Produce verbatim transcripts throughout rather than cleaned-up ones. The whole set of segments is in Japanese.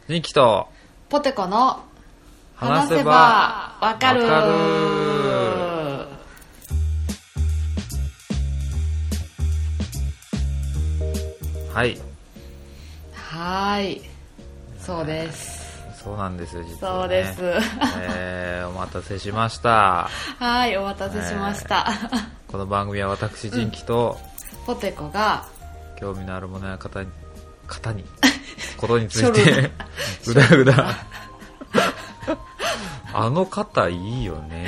ニキとポテコの話せばわかる。 わかる。 はいはーい、そうです。 そうなんですよ、実は、ね、 そうです、 えー、お待たせしました。 はい、お待たせしました、えー、 この番組は私ジンキと、 うん、ポテコが興味のあるものや方に方にことについてぐだぐだあの方いいよね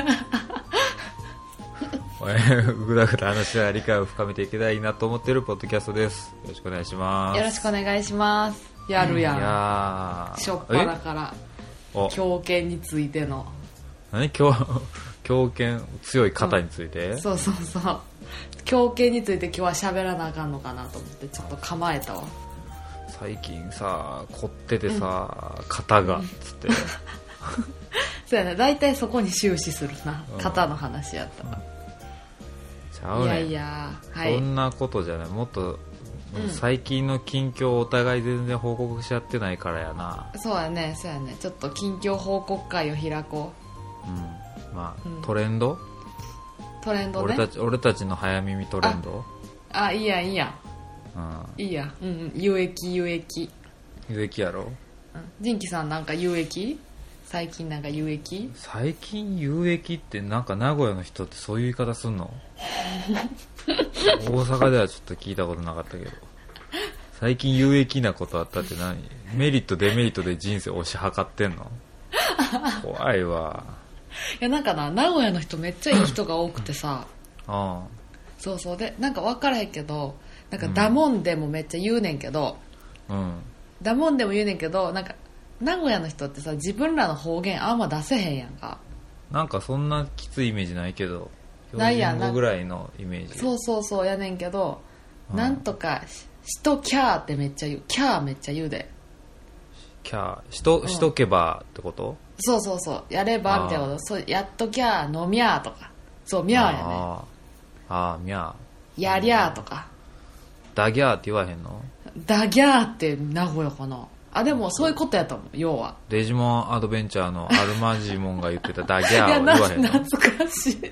ぐだぐだ話や理解を深めていけたらいいなと思っているポッドキャストです。よろしくお願いします。 よろしくお願いします。やるやん。いやしょっぱなから狂犬についての何狂狂犬強い方について、 うん、そうそうそう狂犬について今日は喋らなあかんのかなと思ってちょっと構えたわ。 最近さ凝っててさ、うん、肩がつってそうやね、大体そこに終始するな、うん、肩の話やったら、 ちゃうね。 いやいや、はい、 そんなことじゃない。もっと、うん、最近の近況をお互い全然報告し合ってないからやな。 そうやね、そうやね、ちょっと近況報告会を開こう。うん、まあ、うん、トレンドトレンドね。 俺たち、俺たちの早耳トレンド。 あ、あ、いいやいいや、 うん、 いいや、うんうん、有益有益有益やろ。 うん、ジンキさんなんか有益、最近なんか有益。 最近有益ってなんか名古屋の人ってそういう言い方すんの大阪ではちょっと聞いたことなかったけど、最近有益なことあったって何？メリットデメリットで人生推し量ってんの？怖いわ。 いやなんかな、名古屋の人めっちゃいい人が多くてさああ、 そうそう、でなんか分からへんけど、なんかダモンでもめっちゃ言うねんけど、 うん、 ダモンでも言うねんけど、なんか名古屋の人ってさ、自分らの方言あんま出せへんやんか。 なんかそんなきついイメージないけど、 ないやん、 標準語ぐらいのイメージ。 そうそうそうやねんけど、うん、なんとかしとキャーってめっちゃ言う。キャーめっちゃ言うで。キャーしと、うん、しとけばってこと？ そうそうそう、やればみたいなこと。そう、やっときゃー、飲みゃーとか、そう、みゃーやね。 ああ、みゃー、やりゃーとか、 だぎゃーって言わへんの？ だぎゃーって名古屋かな。あ、でもそういうことやと思う、要は。 デジモンアドベンチャーのアルマジモンが言ってたダギャーを言わへんの？ 懐かしい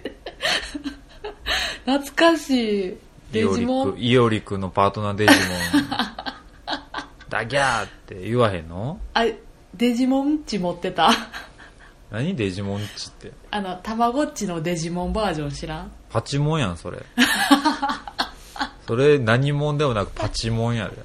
懐かしい。デジモンイオリクのパートナーデジモンダギャーって言わへんの？ あ、デジモンチ持ってた何デジモンチって？ あのたまごっちのデジモンバージョン知らん？ パチモンやんそれそれ何モンでもなくパチモンやで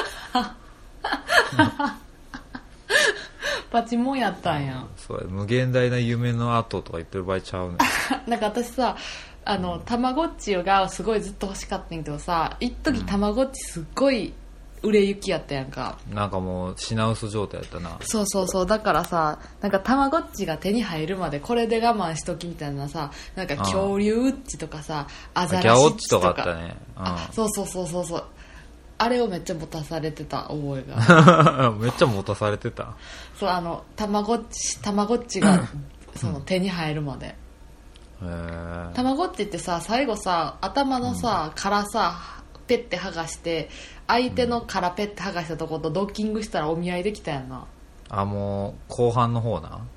パチモンやったんや。 そうや、無限大な夢の後とか言ってる場合ちゃうねなんか私さ、あのたまごっちがすごいずっと欲しかったんやけどさ、一時たまごっちすっごい売れ行きやったやんか。 なんかもう品薄状態やったな。 そうそうそう、だからさ、なんかたまごっちが手に入るまでこれで我慢しときみたいなさ、なんか恐竜ウッチとかさ、アザラシッチとか、 ギャオッチとかあったね、うん、 あ、そうそうそうそうそう、あれをめっちゃ持たされてた覚えがめっちゃ持たされてた。 そう、あのたまごっちたまごっちがその手に入るまで。たまごっちってさ、最後さ、頭のさ、うん、殻さペッて剥がして相手の殻ペッて剥がしたとことドッキングしたらお見合いできたやんな。 あ、もう後半の方な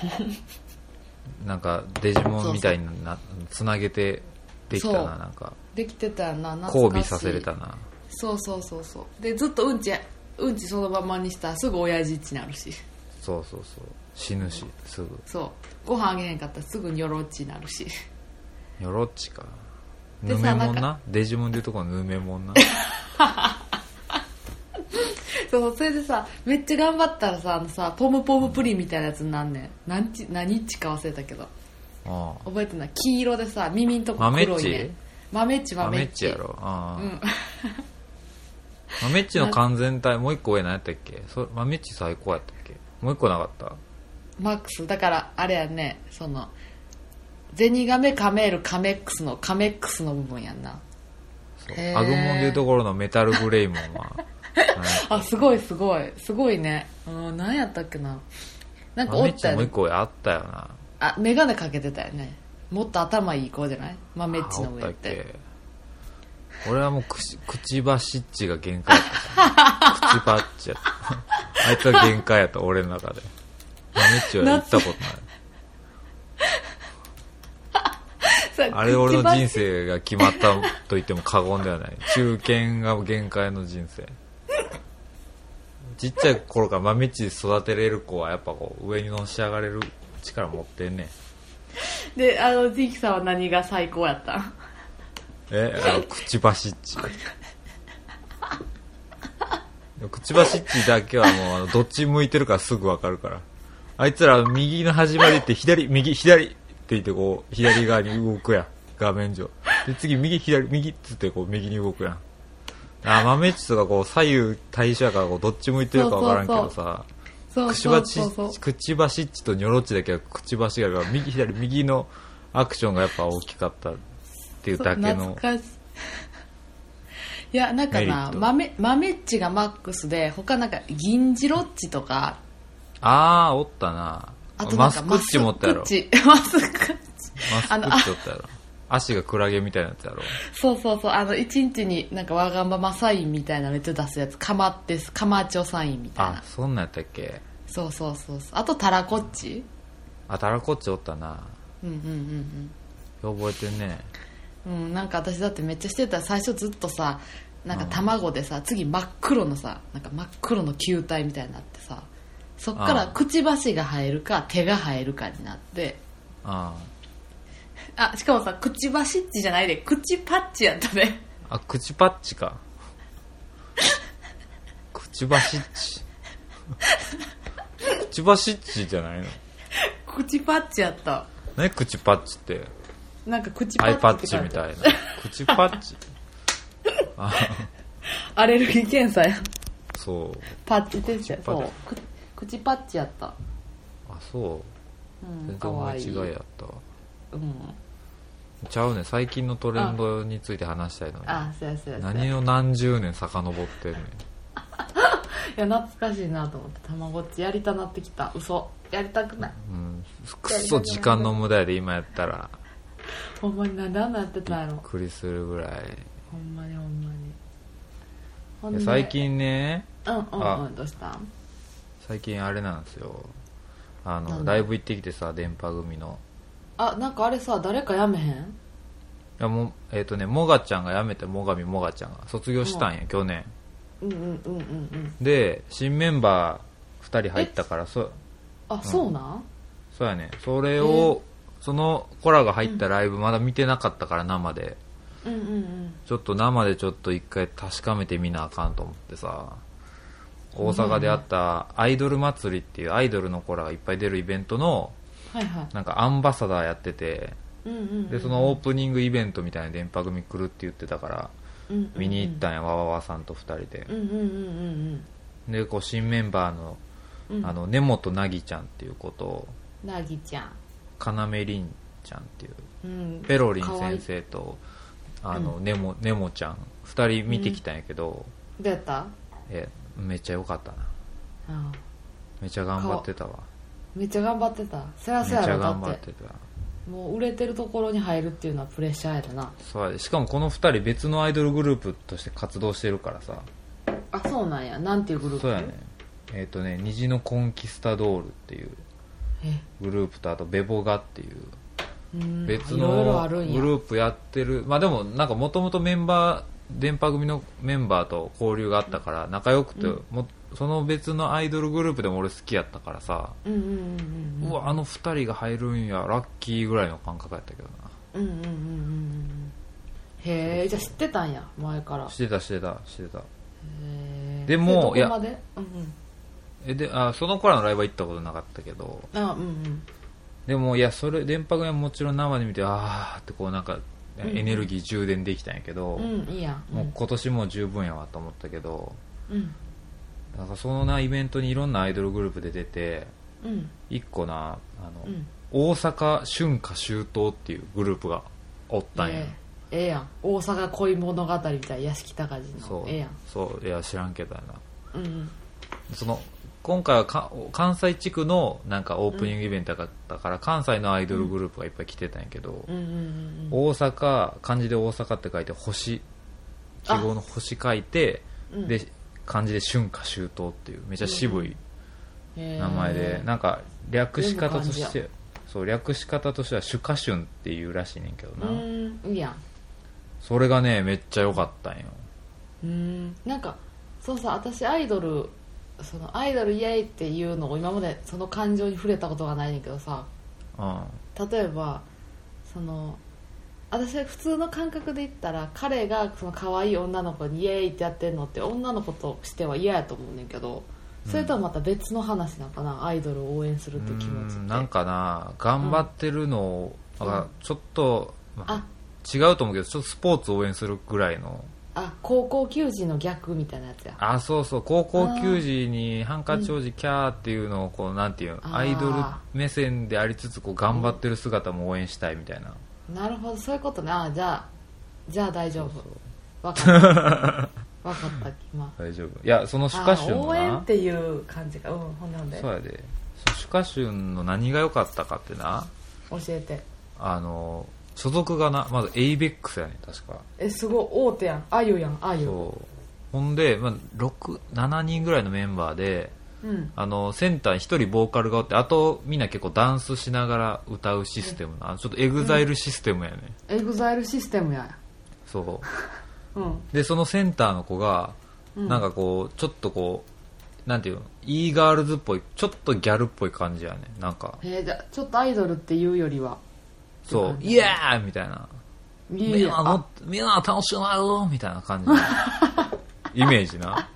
なんかデジモンみたいになつなげてできたな。なんかできてたやんな。 交尾させれたな。 そうそうそうそう。でずっとうんちうんちそのままにしたらすぐ親父っちになるし。 そうそうそう、死ぬし、すぐ。 そう、ご飯あげへんかったらすぐニョロっちになるし。 ニョロっちか。ヌメモンな、デジモンでいうとこのヌメモンなそう、それでさ、めっちゃ頑張ったらさ、あのさ、ポムポムプリンみたいなやつになんねん。何ち何っちか忘れたけど、ああ覚えてない。黄色でさ、耳んとこ黒いね。豆っち豆っち豆っちやろ。ああ、うん、豆っちの完全体もう一個上何やったっけ？そ豆っち最高やったっけ？もう一個なかった？ マックスだから、あれやね、そのゼニガメカメールカメックスのカメックスの部分やんな。 そう、アグモンでいうところのメタルグレイモンはあ、すごいすごいすごいね。うん、何やったっけな。なんかおったよね。 もう一個あったよな。 あ、メガネかけてたよね。もっと頭いい子じゃない？豆っちの上って。俺はもうくしくちばしっちが限界だった口パッチやったあいつは限界やった俺の中で。豆っちは行ったことないあれ俺の人生が決まったと言っても過言ではない。中堅が限界の人生。ちっちゃい頃から豆っち育てれる子はやっぱこう上にのし上がれる力持ってんね。 で、あのジキさんは何が最高やったん？ え、あのくちばしっち。くちばしっちだけはもうあのどっち向いてるかすぐ分かるから。あいつら右の始まりって左右左って言ってこう左側に動くやん、画面上で。次右左右っつってこう右に動くやん。あ、豆っちとかこう左右対称やからこうどっち向いてるか分からんけどさ、くちばしくちばしっちとニョロっちだけはくちばしが右左右のアクションがやっぱ大きかったっていうだけの。 いや、なんかな、豆、豆っちがマックスで、他なんか、銀次ロッチとか。 あー、おったな。あとなんかマスクッチ持ったやろ。マスクッチ。マスクッチ。マスクッチおったやろ。足がクラゲみたいなやつやろ。 そうそうそう。あの、一日になんかわがままサインみたいなのめっちゃ出すやつ。かまって、かまちょサインみたいな。 あ、そんなんやったっけ？ そうそうそうそう。あと、タラコッチ。 あ、タラコッチおったな。 うんうんうんうん。覚えてんね。 うん、なんか私だってめっちゃしてたら最初ずっとさ、なんか卵でさ、次真っ黒のさ、なんか真っ黒の球体みたいになってさ、そっからくちばしが生えるか手が生えるかになって、 ああ、しかもさ、くちばしっちじゃないで、口パッチやったね。 あ、口パッチか。くちばしっち。くちばしっちじゃないの？ 口パッチやった。 何口パッチって？ なんか口パッチアイパッチみたいな。口パッチ。あアレルギー検査や。 そう。 パッチテストや。そう。口パッチやった。あ、 そう。うん、全然間違いやったわ。 うん。 ちゃうね。最近のトレンドについて話したいのに。 あ、そうやそうや。 何を何十年遡ってんねん。いや、懐かしいなと思って。たまごっちやりたなってきた。嘘。やりたくない。 うん。くっそ時間の無駄やで今やったら。 ほんまになんであんなやってたんやろ。 びっくりするぐらい。 ほんまにほんまに。 ほんで最近ね、 うんうんうん、どうしたん？ 最近あれなんですよ。あのライブ行ってきてさ、電波組の。 あ、なんかあれさ、誰かやめへん？いやもうえっ、ー、とね、もがちゃんが辞めて、もがみもがちゃんが卒業したんや、うん、去年。 うんうんうんうんうん。 で新メンバーふたり入ったから、そあ、うん、そうなん？ そうやね。それを、えー、その子らが入ったライブまだ見てなかったから生で。 うんうんうん、ちょっと生でちょっと一回確かめてみなあかんと思ってさ、大阪であったアイドル祭りっていうアイドルの子らがいっぱい出るイベントのなんかアンバサダーやってて、でそのオープニングイベントみたいな電波組来るって言ってたから見に行ったんや、わわわさんとふたりで。でこう新メンバーのあの根本なぎちゃんっていう子となぎちゃん、 かなめりんちゃんっていう、ペロリン先生とあの、うん、ネモ、ネモちゃんふたり見てきたんやけど、 うん、どうやった？ えめっちゃ良かったな。 ああ、 めっちゃ頑張ってたわ。 めっちゃ頑張ってた。そりゃそうやろ。めっちゃ頑張ってた。 もう売れてるところに入るっていうのはプレッシャーやでな。 そうや。しかもこのふたり別のアイドルグループとして活動してるからさ。 あ、そうなんや。なんていうグループ？ そうやね。えっ、ー、とね、虹のコンキスタドールっていうグループと、あとベボガっていう別のグループやってる。まあでもなんかもともとメンバー電波組のメンバーと交流があったから仲良くて、うん、もその別のアイドルグループでも俺好きやったからさ、 うんうんうんうん、 うわあのふたりが入るんやラッキーぐらいの感覚やったけどな。 うんうんうんうん。へえ、じゃあ知ってたんや前から。 知ってた知ってた知ってた。 へでもでどこまで？いや、うんうん、 えであその頃のライブは行ったことなかったけど、 あ、うんうん、 でもいやそれ電波組はもちろん生で見てあーってこうなんかエネルギー充電できたんやけど、 うん、いいや、うん、 もう今年も十分やわと思ったけど、 うん、 だからそのなイベントにいろんなアイドルグループで出て、 うん、 一個なあの、 うん、 大阪春夏秋冬っていうグループがおったんや。 えー、ええやん。大阪恋物語みたいな屋敷隆史の。 そう、 ええやん。 そういや知らんけどやな、 うんうん、 その今回はか関西地区のなんかオープニングイベントだったから、うん、関西のアイドルグループがいっぱい来てたんやけど、 うんうんうんうん、 大阪漢字で大阪って書いて星、記号の星書いて、で漢字で春夏秋冬っていうめっちゃ渋い名前で、 へーなんか略し方とし全てそう略し方としては朱家春っていうらしいねんけどうな、 ーんいいやんそれがねめっちゃ良かったんよ。 うーんなんかそうさ私アイドルそのアイドルイエイっていうのを今までその感情に触れたことがないねんけどさ、 うん例えばその私普通の感覚で言ったら彼がその可愛い女の子にイエーイってやってるのって女の子としては嫌やと思うねんけど、それとはまた別の話なんかな、アイドルを応援するって気持ちって。 うんなんかな頑張ってるのを、 うんなんかちょっと、まあ、 あ違うと思うけどちょっとスポーツを応援するぐらいの、 あ高校球児の逆みたいなやつや。 あそうそう高校球児にハンカチ王子キャーっていうのをこうなんていうのあーアイドル目線でありつつこう頑張ってる姿も応援したいみたいな、 なるほどそういうことね。あじゃあじゃあ大丈夫。 そうそう分かった分かった今。 大丈夫。いやその朱家春のあ応援なっていう感じか。うんほんでほんでそうやで朱家春の何が良かったかってな、 教えて。 あの所属がなまずエイベックスやね確か。 えすごい大手やん。あゆやんあゆ。 そうほんで、まあ、ろく、ななにんぐらいのメンバーでうんあのセンターにひとりボーカルがおってあとみんな結構ダンスしながら歌うシステムな、ちょっとエグザイルシステムやね、 エグザイルシステムや。 そううんでそのセンターの子が、 うんなんかこうちょっとこうなんていうの e ガールズっぽいちょっとギャルっぽい感じやねなんかえー、じゃあちょっとアイドルっていうよりはそうイエーイみたいないいやみんなのみんな楽しくなるぞみたいな感じのイメージな。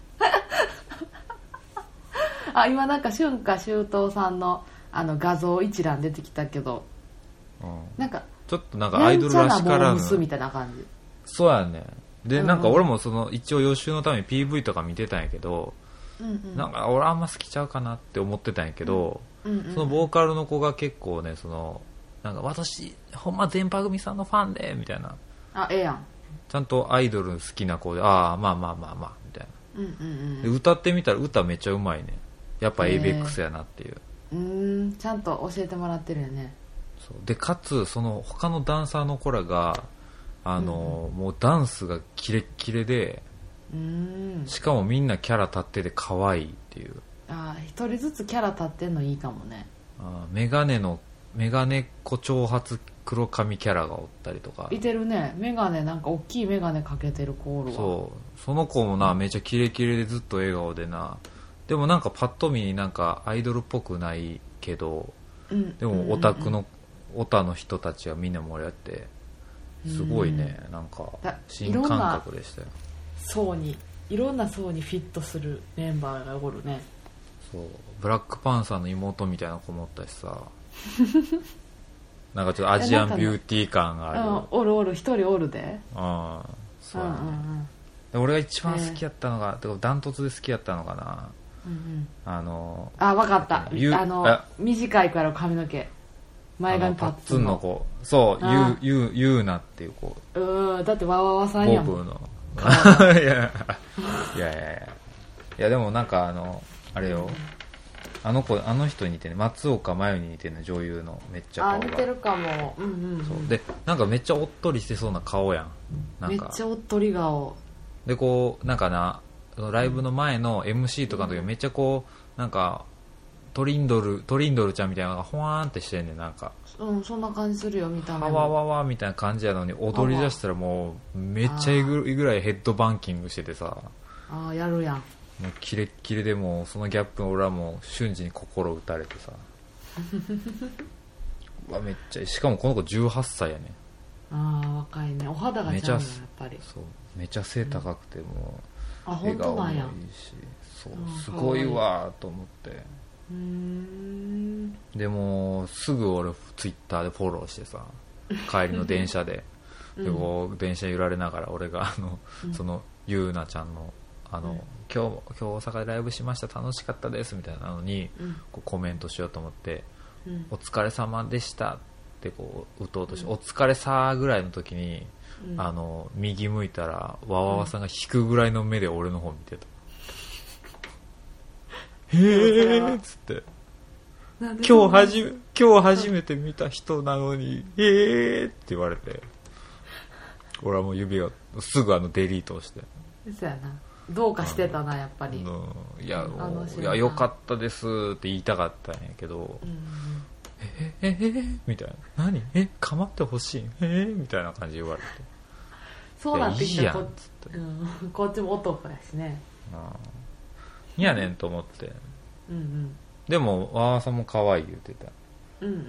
あ今なんか春夏秋冬さんのあの画像一覧出てきたけど、 うん、 なんかちょっとなんかアイドルらしからぬやんちゃなモームスみたいな感じ。 そうやねで、 うんなんか俺もその一応予習のために ピーブイ とか見てたんやけど、 うんうんなんか俺あんま好きちゃうかなって思ってたんやけど、 うんうんうん、 そのボーカルの子が結構ねそのなんか私ほんま電波組さんのファンでみたいなあええやん。 ちゃんとアイドル好きな子でああまあまあまあまあみたいな、 うんうんで歌ってみたら歌めっちゃうまいねやっぱエイベックスやなっていう、 うんうーんちゃんと教えてもらってるよね。 そうでかつその他のダンサーの子らがあの、うんうん、もうダンスがキレッキレでうーんしかもみんなキャラ立ってて可愛いっていう。 あ一人ずつキャラ立ってんのいいかもね。 あメガネのメガネっ子長髪黒髪キャラがおったりとかいてるね。メガネなんか大きいメガネかけてる子おるわ。 そうその子もなめっちゃキレキレでずっと笑顔でな、でもなんかパッと見なんかアイドルっぽくないけど、 うん、 でもオタクのオタの人たちはみんな盛り上がってすごいね、なんか新感覚でしたよ。 層にいろんな層にフィットするメンバーがおるね。 そうブラックパンサーの妹みたいな子もおったしさなんかちょっとアジアンビューティー感がある、 うん、おるおる一人おるで。 ああそうやね、 うんうんうん、 で俺が一番好きやったのが、えー、ダントツで好きやったのかな、 うんうん、 あのあ分かった、あのあ短いから髪の毛前髪パッツンの子そうゆうゆうゆうなっていう子うんだってわわわさんやもん。 ボブのいやいやいやいやいやでもなんかあのあれよ、うん、あの子あの人に似てね松岡茉優に似てるの女優のめっちゃ顔があ似てるかも、うんうんうん、 そうでなんかめっちゃおっとりしてそうな顔やん、なんかめっちゃおっとり顔でこうなんかなライブの前の エムシー とかの時めっちゃこうなんかトリンドルトリンドルちゃんみたいなのがほわーんってしてんねんなんかうんそんな感じするよ見た目わわわわみたいな感じやのに踊り出したらもうめっちゃえぐいぐらいヘッドバンキングしててさああやるやんもうキレッキレでもうそのギャップ俺はもう瞬時に心打たれてさうわめっちゃしかもこの子じゅうはっさいやねああ若いねお肌がちゃうのやっぱりそうめちゃ背高くてもう、 うん、笑顔もいいしそうすごいわと思ってうーんでもすぐ俺ツイッターでフォローしてさ帰りの電車で、うん、でこう電車揺られながら俺があの、うん、そのゆうなちゃんのあの、うん、今日今日大阪でライブしました楽しかったですみたいなのに、うん、こうコメントしようと思って、うん、お疲れ様でしたってこう打とうとして、うん、お疲れさーぐらいの時に、うん、あの右向いたらわわわさんが引くぐらいの目で俺の方見てた、うん、へーっつって今日はじめ今日初めて見た人なのにへーって言われて俺はもう指をすぐあのデリートをしてそうやなどうかしてたなやっぱり、 うん、いやいや良かったですって言いたかったんやけど、うん、ええええみたいな、何え構ってほしいええみたいな感じで言われて、 そうなってきたらこっち、 うん、 こっちも男やしね、 いやねんと思ってうん、うん、 でもわーさんも可愛い言ってた、 うんうんうんうん、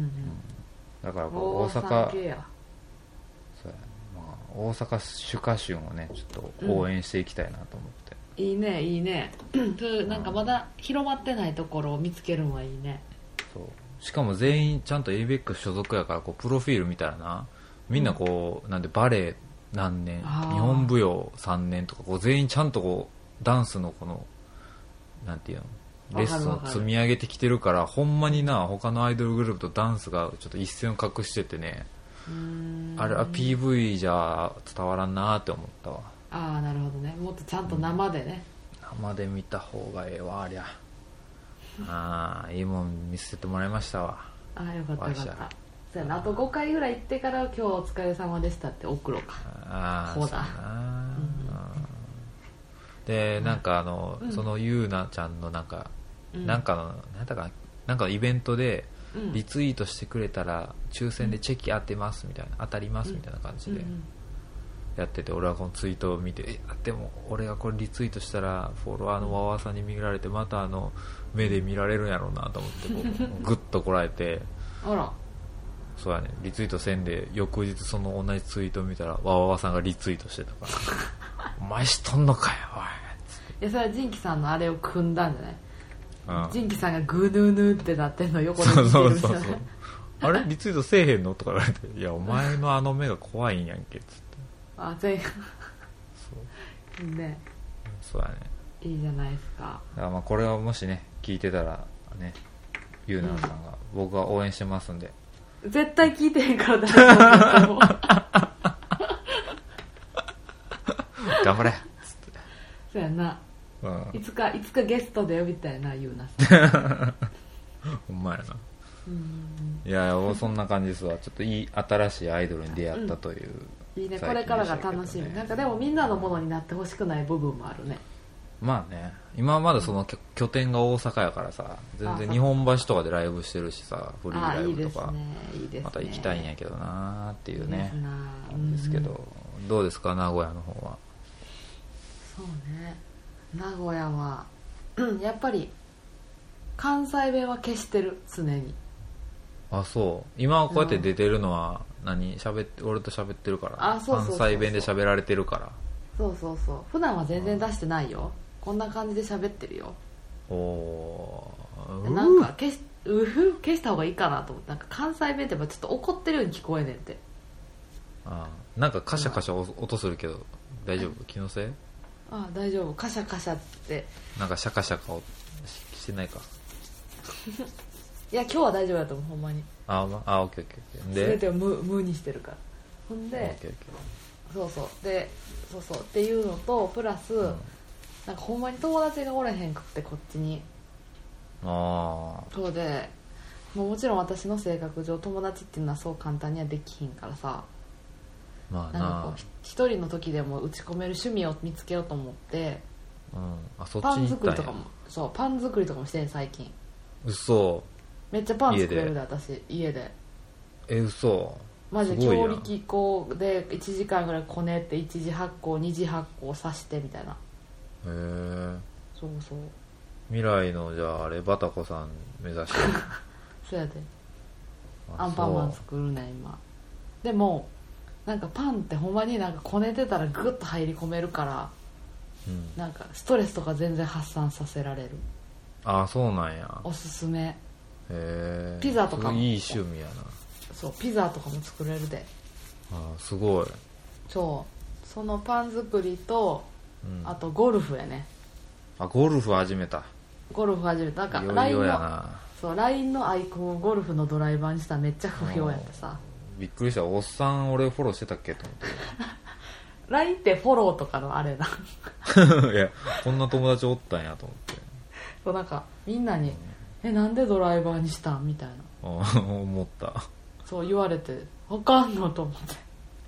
だからこう大阪そうや、まあ、大阪主歌春をねちょっと応援していきたいなと思って、 うん、いいねいいねなんかまだ広まってないところを見つけるのはいいね。 そうしかも全員ちゃんと エイベックス 所属やからこうプロフィール見たらなみんなこう、うん、なんでバレエ何年日本舞踊さんねんとかこう全員ちゃんとこうダンスのこのなんていうのレッスンを積み上げてきてるからほんまにな他のアイドルグループとダンスがちょっと一線を画しててね、うーんあれは ピーブイ じゃ伝わらんなって思ったわ。 ああなるほどね、もっとちゃんと生でね、 うん、生で見た方がええわありゃああいいもん見せてもらいましたわ。 ああよかったよかった。そうやな、あとごかいぐらい行ってから今日お疲れ様でしたって送ろうか。 ああそうだな、うん、でなんかあの、うん、そのゆうなちゃんのなんか、うん、なんかのなんだかなんかイベントでリツイートしてくれたら抽選でチェキ当てますみたいな、当たりますみたいな感じでやってて、俺はこのツイートを見て、えでも俺がこれリツイートしたらフォロワーのわわさんに見られてまたあの目で見られるんやろうなと思ってこうグッとこらえてあらそうやね、リツイートせんで翌日その同じツイートを見たらわわわさんがリツイートしてたからお前しとんのかよおい。 いやそれはジンキさんのあれを組んだんじゃない、うん、ジンキさんがグヌヌってなってんの横で見てるんじゃない。そうそうそうそうあれリツイートせえへんのとか言われていやお前のあの目が怖いんやんけっつってあ全員そういいね、 そうやね、 いいじゃないですか。だからまあこれをもしね聞いてたらねゆうなさんが、うん、僕は応援してますんで。 絶対聞いてへんから大丈夫頑張れそうやな、うん、いつかいつかゲストで呼びたいなゆうなさんほんまやな。うんいやそんな感じですわ。ちょっといい新しいアイドルに出会ったという、 うん、いいね、これからが楽しみ。なんかでもみんなのものになってほしくない部分もあるね。 まあね、今はまだその拠点が大阪やからさ、全然日本橋とかでライブしてるしさ、フリーライブとかまた行きたいんやけどなーっていうねなんですけど、どうですか名古屋の方は。 そうね、名古屋はやっぱり関西弁は消してる常に。 あそう今はこうやって出てるのは何喋って俺と喋ってるから。あそうそうそうそう関西弁で喋られてるから。 そうそうそう普段は全然出してないよ。こんな感じで喋ってるよ。 おーなんか消しうふ消した方がいいかなと思って。なんか関西弁ってやっぱちょっと怒ってるように聞こえねんって。 あなんかカシャカシャ音するけど大丈夫気のせい。 あ大丈夫カシャカシャってなんかシャカシャカをしてないかいや今日は大丈夫だと思うほんまに。 ああ、まあ、オッケーオッケー。で全てを無無にしてるから。ほんでオッケーオッケーそうそうでそうそうっていうのとプラス、うん、なんかほんまに友達がおれへんくってこっちに。 ああそうでもうもちろん私の性格上友達っていうのはそう簡単にはできひんからさ、 まあな、 なんかこう一人の時でも打ち込める趣味を見つけようと思って、 うん、あそっちパン作りとかもそうパン作りとかもしてん最近。 嘘めっちゃパン作れるで私家で。え嘘マジで強力粉でいちじかんぐらいこねっていち次発酵に次発酵さしてみたいな。へえそうそう未来のじゃああれバタコさん目指してそうやでアンパンマン作るね今。でもなんかパンってほんまになんかこねてたらグッと入り込めるから、うん、なんかストレスとか全然発散させられる。 ああそうなんや。 おすすめ。へえピザとかもいい趣味やな。 そうピザとかも作れるで。 ああすごい。 そうそのパン作りと、うん、あとゴルフやね。 あゴルフ始めた。 ゴルフ始めた。なんか ライン のそう ライン のアイコンをゴルフのドライバーにしたらめっちゃ不評やってさ。 びっくりした。おっさん俺フォローしてたっけと思ってライン ってフォローとかのあれだいやこんな友達おったんやと思ってそうなんかみんなに、うん、えなんでドライバーにしたんみたいな思った。 そう言われてわかんのと思って。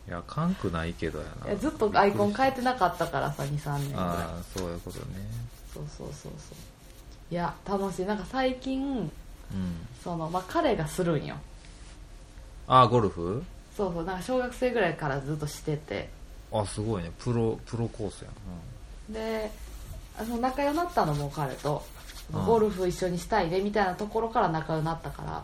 いやかんくないけどやな。 いやずっとアイコン変えてなかったからさ、にさんねんぐらい。 ああそういうことね。 そうそうそうそう。いや楽しい。なんか最近、うん、そのまあ彼がするんよ。 ああゴルフ。 そうそう、なんか小学生ぐらいからずっとしてて。 あすごいね、プロプロコースやん、 うん、でその仲良くなったのも彼とゴルフ一緒にしたいねみたいなところから仲良くなったから。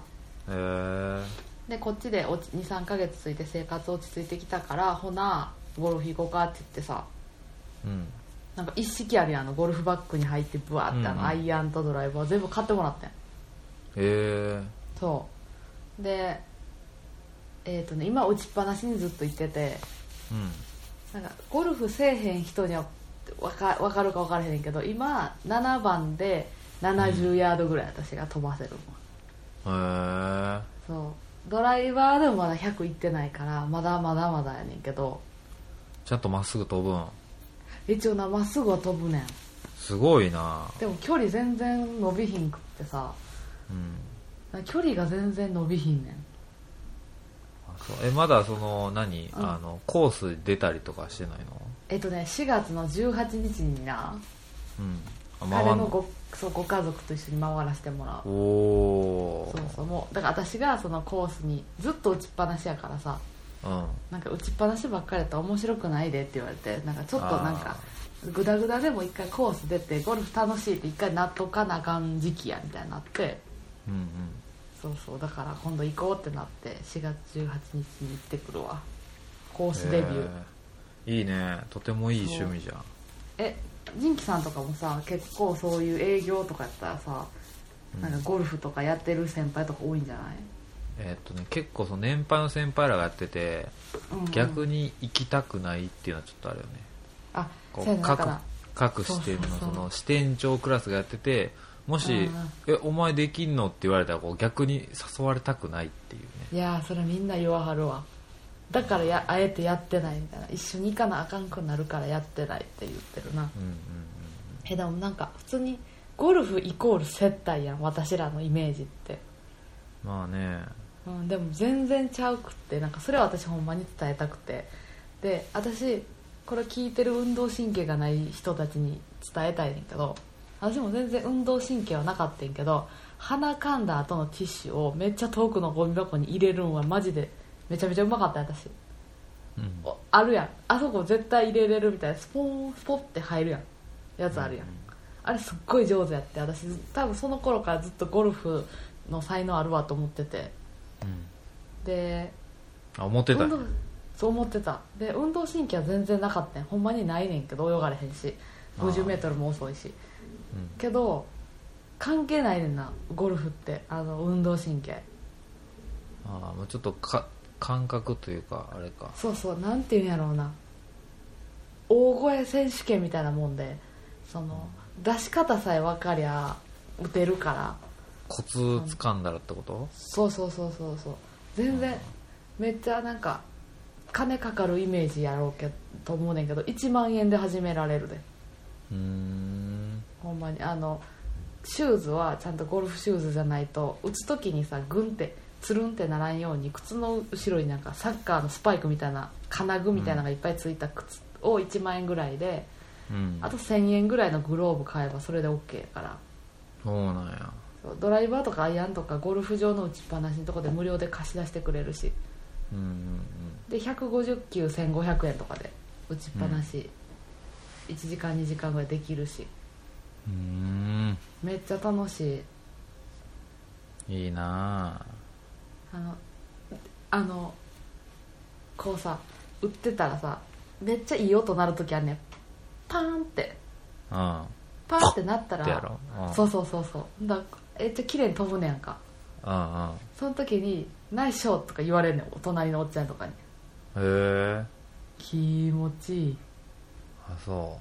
へえ。 でこっちでにさんかげつついて生活落ち着いてきたから、ほなゴルフ行こうかって言ってさ、うん、なんか一式あるやん、あのゴルフバッグに入ってブワーってあの、うんうん、アイアンとドライバー全部買ってもらってん。へえ。 そうでえーとね、今打ちっぱなしにずっと行ってて、うん、なんかゴルフせえへん人には分か、分かるか分からへんけど、今ななばんでななじゅうヤードぐらい私が飛ばせるもん。へえ。そうドライバーでもまだひゃくいってないからまだまだまだやねんけど、 ちゃんとまっすぐ飛ぶん？ 一応な、まっすぐは飛ぶねん。 すごいな。 でも距離全然伸びひんくってさ、うん、距離が全然伸びひんねん。 あそうえまだその何、うん、あのコース出たりとかしてないの？ えっとねしがつのじゅうはちにちにな、うん、彼の ご, そうご家族と一緒に回らせてもらう。おそうそう、もうだから私がそのコースにずっと打ちっぱなしやからさ、うん、なんか打ちっぱなしばっかりやったら面白くないでって言われて、なんかちょっとなんかグダグダでも一回コース出てゴルフ楽しいって一回なっとかなあかん時期やみたいになって、うんうん、そうそうだから今度行こうってなってしがつじゅうはちにちに行ってくるわ、コースデビュー。 いいね、とてもいい趣味じゃん。 えジンキさんとかもさ結構そういう営業とかやったらさ、うん、なんかゴルフとかやってる先輩とか多いんじゃない？ えーっとね、結構その年配の先輩らがやってて、うんうん、逆に行きたくないっていうのはちょっとあるよね。あそうやな、各, 各支店のその支店長クラスがやってて、もしえお前できんのって言われたらこう逆に誘われたくないっていうね。 いやそれみんな言わはるわ。だからやあえてやってないみたいな、一緒に行かなあかんくなるからやってないって言ってるな、うんうんうん、えでもなんか普通にゴルフイコール接待やん私らのイメージって。 まあね、 うん、でも全然ちゃうくって、なんかそれは私ほんまに伝えたくて、で私これ聞いてる運動神経がない人たちに伝えたいねんけど、私も全然運動神経はなかったんけど、鼻かんだ後のティッシュをめっちゃ遠くのゴミ箱に入れるんはマジでめちゃめちゃうまかった私、うん、あるやん、あそこ絶対入れれるみたいな、スポーンスポッて入るやんやつあるやん、うん、あれすっごい上手やって、私多分その頃からずっとゴルフの才能あるわと思ってて、うん、であ思ってた、 そう思ってた。で運動神経は全然なかったん、ほんまにないねんけど泳がれへんし ごじゅうメートル も遅いし、うん、けど関係ないねんなゴルフって、あの運動神経。 ああちょっとか感覚というかあれか、 そうそう、なんていうんやろうな、大声選手権みたいなもんで、その、うん、出し方さえ分かりゃ打てるから。 コツ掴んだらってこと？ そうそうそうそうそう、全然めっちゃなんか金かかるイメージやろうけと思うねんけど、いちまんえんで始められるで。うーん、ほんまにあのシューズはちゃんとゴルフシューズじゃないと打つ時にさグンってつるんってならんように、靴の後ろになんかサッカーのスパイクみたいな金具みたいなのがいっぱいついた靴をいちまんえんぐらいで、うん、あとせんえんぐらいのグローブ買えばそれで OK やから。 そうなんや。 ドライバーとかアイアンとかゴルフ場の打ちっぱなしのとこで無料で貸し出してくれるし、うんうんうん、でひゃくごじゅっきゅうせんごひゃくえんとかで打ちっぱなし、うん、いちじかんにじかんぐらいできるし、うーんめっちゃ楽しい。いいなあのあのこうさ打ってたらさめっちゃいい音鳴るときあるねん、パーンって、うん、パーンってなったら、うん、そうそうそうそうだめっちゃ綺麗に飛ぶねやんか、うんうん、その時にナイスショーとか言われるねん、お隣のおっちゃんとかに。へえ、気持ちいい。 あそう、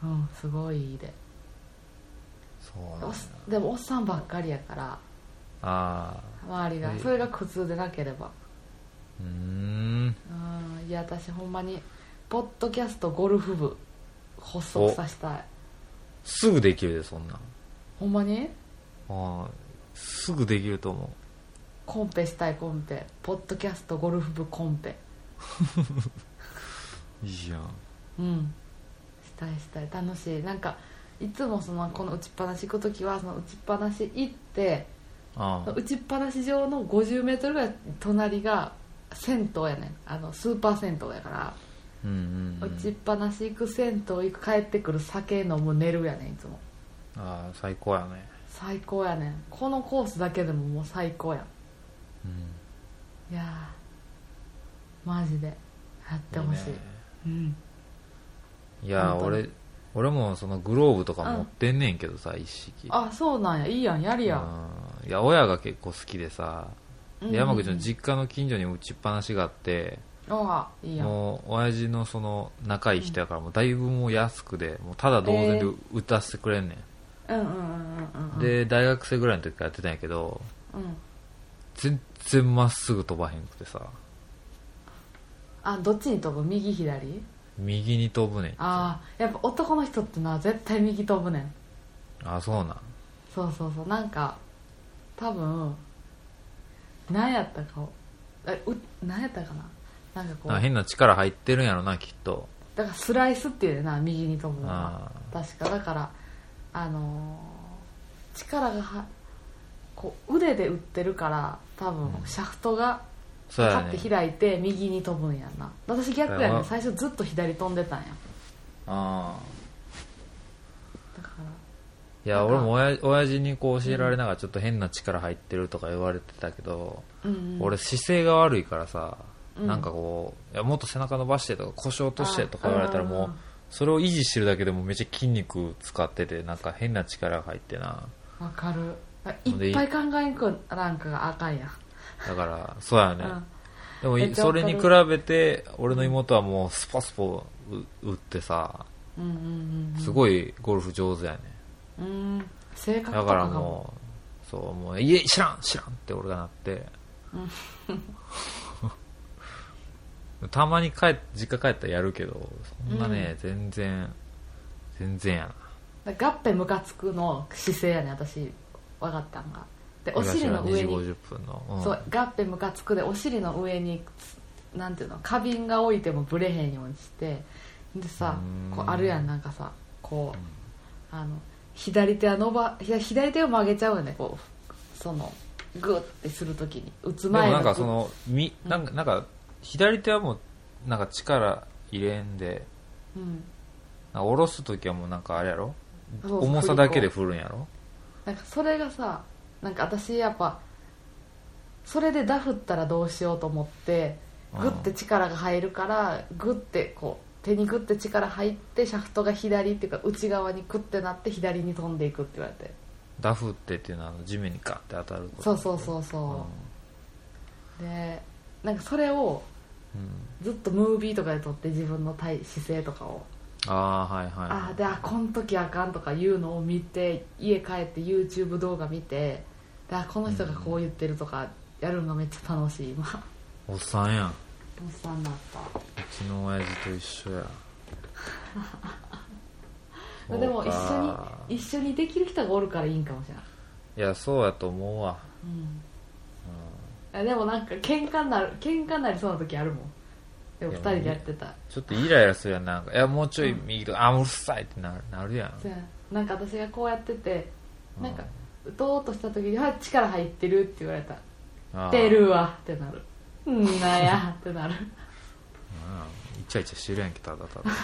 うんすごいいいで。そうなんだ。でもおっさんばっかりやから、あ周りがそれが苦痛でなければ。うーん、うん、いや私ほんまにポッドキャストゴルフ部発足させたい。 すぐできるでそんなん。 ほんまに？ ああすぐできると思う。 コンペしたい、コンペ、ポッドキャストゴルフ部コンペ。 いいじゃん。 うんしたいしたい楽しい。なんかいつもそのこの打ちっぱなし行く時はその打ちっぱなし行ってああ打ちっぱなし場のごじゅうメートルぐらい隣が銭湯やねん。あのスーパー銭湯やから、 うんうんうん、 打ちっぱなし行く銭湯行く帰ってくる酒飲む寝るやねんいつも。 ああ最高やね。 最高やねん。このコースだけでももう最高やん。 うん、 いやーマジでやってほしい。 いいね。 うん、 いや本当に俺俺もそのグローブとか持ってんねんけどさ、一式。 あそうなんや。いいやんやりや。 うん、いや親が結構好きでさ、 うんうんうん、 で山口の実家の近所に打ちっぱなしがあって、 あいいやん。 もう親父のその仲いい人やからもうだいぶもう安くでもうただ同然で打たせてくれんねん、 えー、うんうんうんうんうん。 で大学生ぐらいの時からやってたんやけど、 うん、 全然まっすぐ飛ばへんくてさ。 あどっちに飛ぶ？右左？ 右に飛ぶねん。 ああやっぱ男の人ってな絶対右飛ぶねん。 あそうなん。 そうそうそう。なんか多分何やったかえう何やったかな。なんかこうあ変な力入ってるんやろなきっと。 だからスライスっていうな右に飛ぶのはあ確かだからあのー力がはこう腕で打ってるから多分シャフトがそうやねパッて開いて右に飛ぶんやんな。私逆やねあん。最初ずっと左飛んでたんや。 あだからいや俺も親親父にこう教えられながらちょっと変な力入ってるとか言われてたけど、 うんうん、 俺姿勢が悪いからさ、 うん、 なんかこういやもっと背中伸ばしてとか腰を落としてとか言われたらもうあそれを維持してるだけでもめっちゃ筋肉使っててなんか変な力が入ってな。 わかる。いっぱい考えんくなんかがあかんやん。 だからそうやね、 うんでもそれに比べて俺の妹はもうスポスポ打ってさ、 うんうんうんうん、 すごいゴルフ上手やね。 うん性格だかとからがもうそうもういえ知らん知らんって俺がなって、うん、たまに帰実家帰ったらやるけどそんなね、うん、全然全然やな。ガッペムカつくの姿勢やね私分かったんが。でお尻の上ににじごじゅっぷんの、うん、 そうガッペムカつくでお尻の上になんていうの花瓶が置いてもブレへんようにしてでさこうあるやんなんかさこう、うん、あの左手は伸ば左手を曲げちゃうよねこうそのグッてするときに打つ前のでもなんかそのみなんか、うん、なんか左手はもうなんか力入れんで、うん、なんか下ろすときはもうなんかあれやろ重さだけで振るんやろ。 なんかそれがさなんか私やっぱそれでダフったらどうしようと思ってグッて力が入るからグッてこう手にグッて力入ってシャフトが左っていうか内側にクッてなって左に飛んでいくって言われて。 ダフってっていうのは地面にガッて当たること。 そうそうそうそう、うん、でなんかそれをずっとムービーとかで撮って自分の体姿勢とかをああはいはい、はい、 あであこの時あかんとかいうのを見て家帰って YouTube 動画見てであこの人がこう言ってるとかやるのがめっちゃ楽しい今。 おっさんやん。おっさんになった。 うちの親父と一緒や。 でも一緒に一緒にできる人がおるからいいんかもしれない。 いやそうやと思うわ、 うんうん、でもなんか喧嘩になる喧嘩になりそうな時あるもん。でもふたりでやってた。 ちょっとイライラするやん。なんかいやもうちょい右とか、うん、あうるさいってなる、なるやん。 なんか私がこうやっててなんか打とうとした時に「力入ってる」って言われたら「出るわ」ってなる。んなやってなる。 イチャイチャしてるやんけただただ。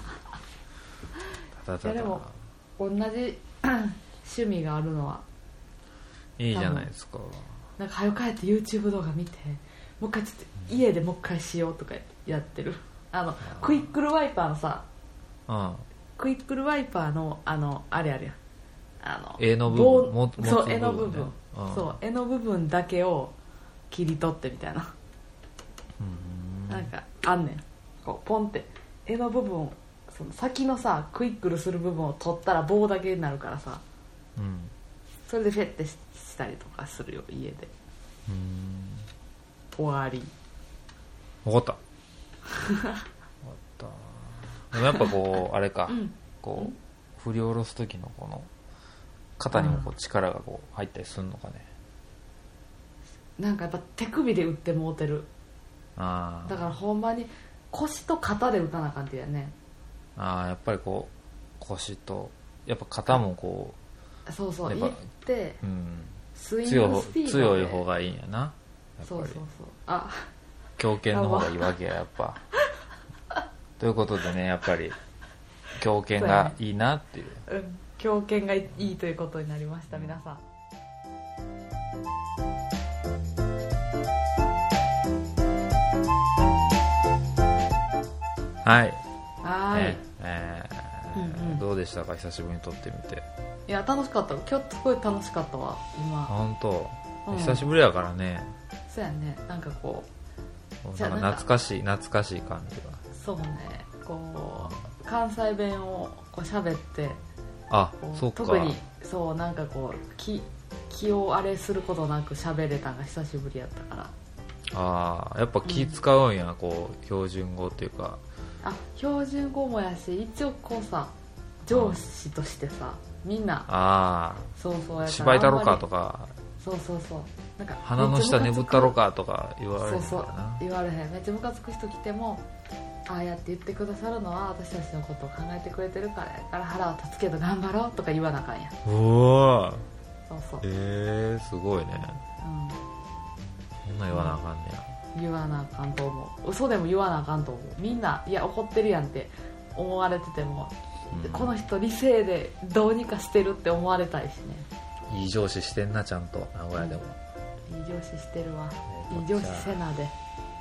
ただただ。 いやでも同じ趣味があるのはいいじゃないですか。 なんか早く帰って YouTube 動画見てもう一回ちょっと家でもう一回しようとかやってる。あのクイックルワイパーのさ、うん、クイックルワイパーのあのあれあるやんあの柄の部分もそう柄の部分、うん、そう柄の部分だけを切り取ってみたいな、うん、なんかあんねんこうポンって柄の部分その先のさクイックルする部分を取ったら棒だけになるからさ、うん、それでフェッてしたりとかするよ家で。うーん終わり。 分かった分かったでもやっぱこうあれか、うん、こう振り下ろす時のこの肩にもこう力がこう入ったりするのかね。 なんかやっぱ手首で打ってもうてる。 あだからほんまに腰と肩で打たなあかんっていうやね。 ああやっぱりこう腰とやっぱ肩もこうそうそうやっぱいって、 うん、 スイン強グスピードで強い方がいいんやなやっぱり。 そうそうそうあ強肩の方がいいわけややっぱということでねやっぱり強肩がいいなっていう、 う、うん、強肩がいいということになりました、皆さん。 はいはい、 ねえーうんうん、 どうでしたか久しぶりに撮ってみて。 いや楽しかった、今日すごい楽しかったわ今。 本当、 うん、 久しぶりやからね。 そうやね、なんかこうなんか懐かしい懐かしい感じが。 そうね、こう関西弁をこう喋って、 あそうか、 特にそうなんかこう気気をあれすることなく喋れたのが久しぶりやったから。 ああやっぱ気使うんや、うん、こう標準語っていうか。 あ標準語もやし、一応こうさ上司としてさみんなあそうそうや芝居だろかとか、 そうそうそうなんか鼻の下眠ったろかとか言われるんだな。 そうそう言われへん、めっちゃムカつく人来てもああやって言ってくださるのは私たちのことを考えてくれてるからやから腹は立つけど頑張ろうとか言わなあかんやん。 うおそうそうえー、すごいね、 うん、 そんな言わなあかんねや、 言わなあかんと思う。嘘でも言わなあかんと思う。みんないや怒ってるやんって思われてても、うん、この人理性でどうにかしてるって思われたいしね。 いい上司してんなちゃんと名古屋でも、 うん、いい上司してるわ、 えー、 いい上司せなで、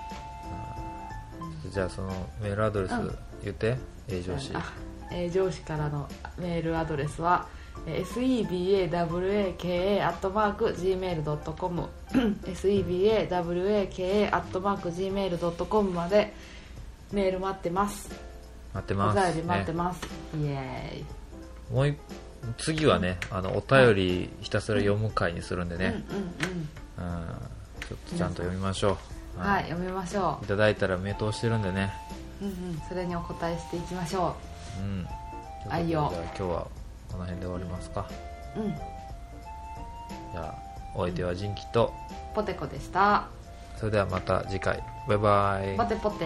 うん、じゃあそのメールアドレス言って、うん、A 上司、 A 上司からのメールアドレスはセバワカアットマーク ジーメールドットコム セバワカアットマーク ジーメールドットコム までメール待ってます。 待ってます。 お便り待ってます、ね、イエーイ。 もう一次はねあのお便りひたすら読む回にするんでね、 うんうんうん、 うん、ちょっとちゃんと読みましょう。 はい、はい、読みましょう。 いただいたら目通してるんでね、 うんうん、それにお答えしていきましょう。うん。 愛を。 じゃあ今日はこの辺で終わりますか。 うん。じゃあお相手はジンキとポテコでした。 それではまた次回。バイバイ。 ポテポテ。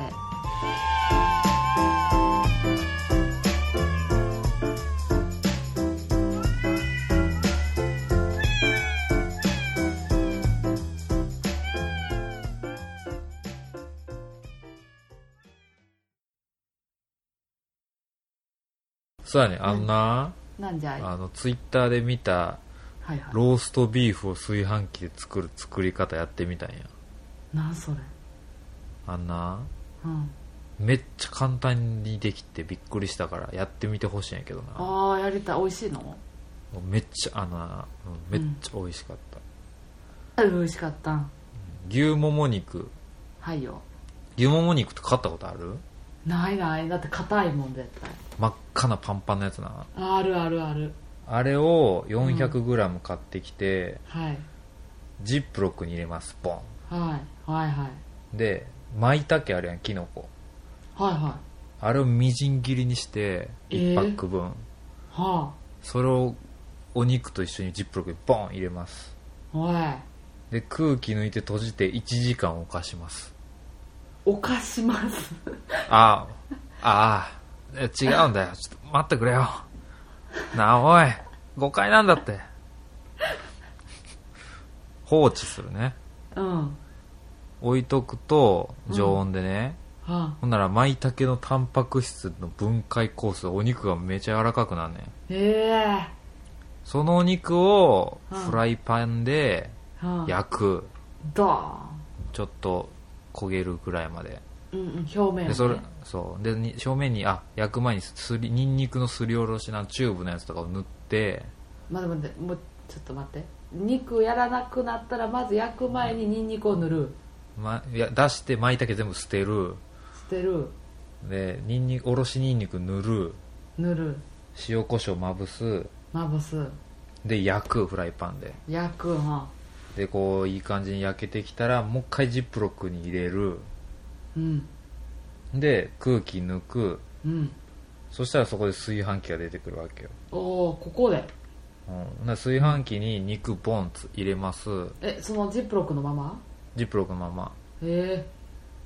そうやね、あんな、 うん、なんじゃいあのツイッターで見た、はいはい、ローストビーフを炊飯器で作る作り方やってみたんや。 なんそれ。 あんな、 うん、 めっちゃ簡単にできてびっくりしたからやってみてほしいんやけどな。 あーやりたい。美味しいの？ めっちゃあの、うん、めっちゃ美味しかった、 うん、美味しかった。 牛もも肉。 はいよ。 牛もも肉って買ったことある？ ないない。だって硬いもん絶対。 真っ赤なパンパンのやつな。 あるあるある。 あれを よんひゃくグラム 買ってきて、 うん、はい、 ジップロックに入れます。ボン、 はい、はいはいで舞茸あるやん、キノコ。 はいはい。 あれをみじん切りにしていちパック分、えー、 はあ、 それをお肉と一緒にジップロックにボン入れます。 はい。 で空気抜いて閉じていちじかん置かします。 おかしますああああ違うんだよ、ちょっと待ってくれよなあおい、誤解なんだって。放置するね。 うん。 置いとくと常温でね、 うんはあ、 ほんなら舞茸のタンパク質の分解酵素、お肉がめちゃ柔らかくなるねん。 へえ。 そのお肉をフライパンで焼く、はあ、 ドーン、 ちょっと焦げるぐらいまで、 うんうん、表面、ね、 でそれそうで表面にあ焼く前にすりニンニクのすりおろしなチューブのやつとかを塗って。 待って待って、もうちょっと待って、肉やらなくなったらまず焼く前にニンニクを塗る、 ま、いや出して舞茸全部捨てる捨てるでニンニクおろしニンニク塗る塗る塩コショウまぶすまぶすで焼く、フライパンで焼く、はでこういい感じに焼けてきたらもう一回ジップロックに入れる、 うん、 で空気抜く、 うん、 そしたらそこで炊飯器が出てくるわけよ。 おお、ここで、 うん、だ炊飯器に肉ボン入れます。 えそのジップロックのまま？ ジップロックのまま。 へえ。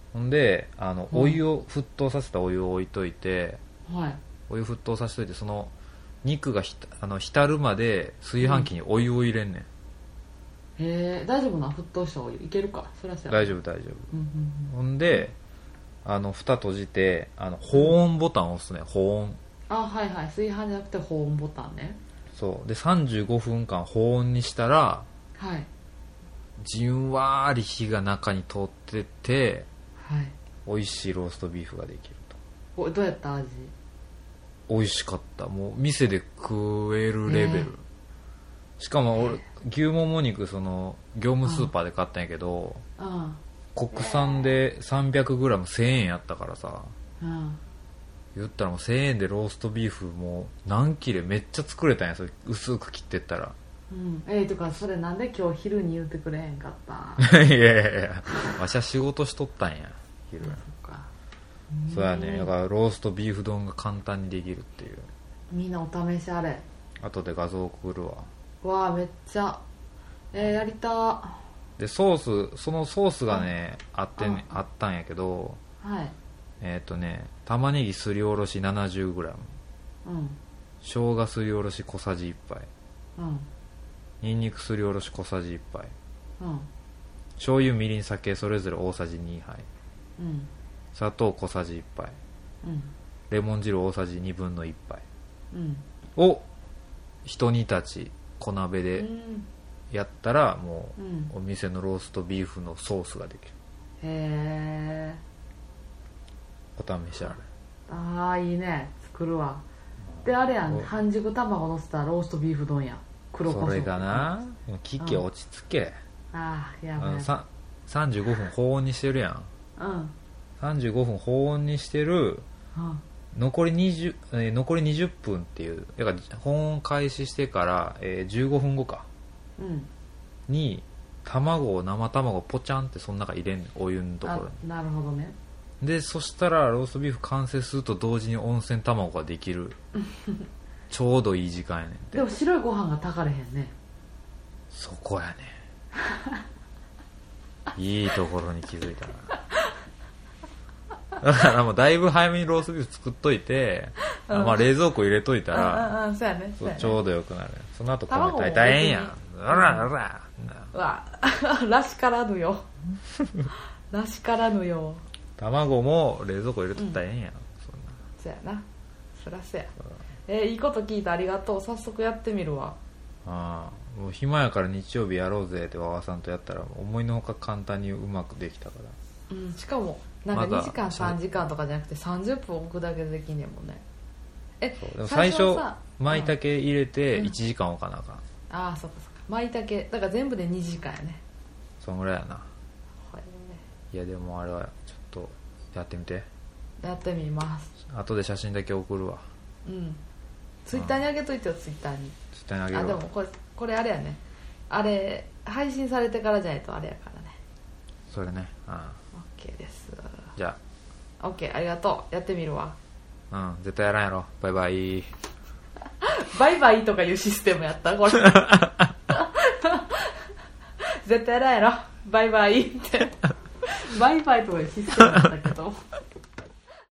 ほんであのお湯を沸騰させたお湯を置いといて、 はい、 お湯沸騰させといてその肉がひたあの浸るまで炊飯器にお湯を入れんねん、 うん、へえ大丈夫な沸騰したお湯いけるかそりゃそうや大丈夫大丈夫、 うんうんうん、 ほんであの蓋閉じてあの保温ボタンを押すね、保温。 あはいはい炊飯じゃなくて保温ボタンね。 そうでさんじゅうごふんかん保温にしたら、 はい、 じんわり火が中に通ってて、 はい、 美味しいローストビーフができると。 おどうやった味？ 美味しかった。もう店で食えるレベル、えー、しかも俺、えー、牛もも肉その業務スーパーで買ったんやけど、うん、国産で さんびゃくグラムせんえんやったからさ、うん、言ったらもうせんえんでローストビーフもう何切れめっちゃ作れたんや。それ薄く切ってったら、 うん、えー、とかそれなんで今日昼に言ってくれへんかったいやいやいやわしは仕事しとったんや昼。そっか。そうやね。だからローストビーフ丼が簡単にできるっていう。 みんなお試しあれ。 後で画像送るわ。 わあめっちゃえー、やりた。 でソースそのソースがねあってねあったんやけど、 はい、 えっ、ー、とね玉ねぎすりおろし ななじゅうグラム、うん、生姜すりおろし小さじいっぱい、うん、にんにくすりおろし小さじいっぱい、うん、醤油みりん酒それぞれ大さじにはい、うん、砂糖小さじいっぱい、うん、レモン汁大さじにぶんのいっぱい、うん、を一煮立ち小鍋でやったらもうお店のローストビーフのソースができる。 へーお試しあれ。 ああいいね作るわ。であれやん半熟卵のせたローストビーフ丼やん。黒胡椒それがなキキ落ち着け、うん、 ああやばい。 さんじゅうごふん保温にしてるやん、うん、さんじゅうごふん保温にしてる、うん、残り20、えー、残りにじゅっぷんっていうだから保温開始してから、えー、じゅうごふんごか、うん、に卵を生卵をポチャンってその中入れんお湯のところに。 なるほどね。 でそしたらローストビーフ完成すると同時に温泉卵ができるちょうどいい時間やねんて。 でも白いご飯が炊かれへんね。 そこやねいいところに気づいたなだからもうだいぶ早めにローストビーフ作っといて、うん、まあ冷蔵庫入れといたら、 うんうん、そうやね、そうやね、 ちょうどよくなる。その後米炊いたらええんやん。あらあらうわらしからぬよらしからぬよ。 卵も冷蔵庫入れとったらええんやん、うん、そんな。 そうやなそらそうや。えー、いいこと聞いてありがとう。早速やってみるわ。 ああもう暇やから日曜日やろうぜって和和さんとやったら思いのほか簡単にうまくできたから、 うん、しかもなんかにじかんさんじかんとかじゃなくてさんじゅっぷん置くだけでできんねんもんね。 えでも最初舞茸入れていちじかん置かなあかん、うん、 ああそっかそっか舞茸だから全部でにじかんやね。 そんぐらいやな、 はい、 いやでもあれはちょっとやってみて。 やってみます。 後で写真だけ送るわ。 うんツイッターにあげといてよ。ツイッターにツイッターにあげるわ。 あでもこれこれあれやねあれ配信されてからじゃないとあれやからね。 それね。ああ OK です。 じゃあ OK ありがとう。やってみるわ。 うん絶対やらんやろ。バイバイバイバイとかいうシステムやったこれ絶対やらんやろバイバイってバイバイとかいうシステムやったけど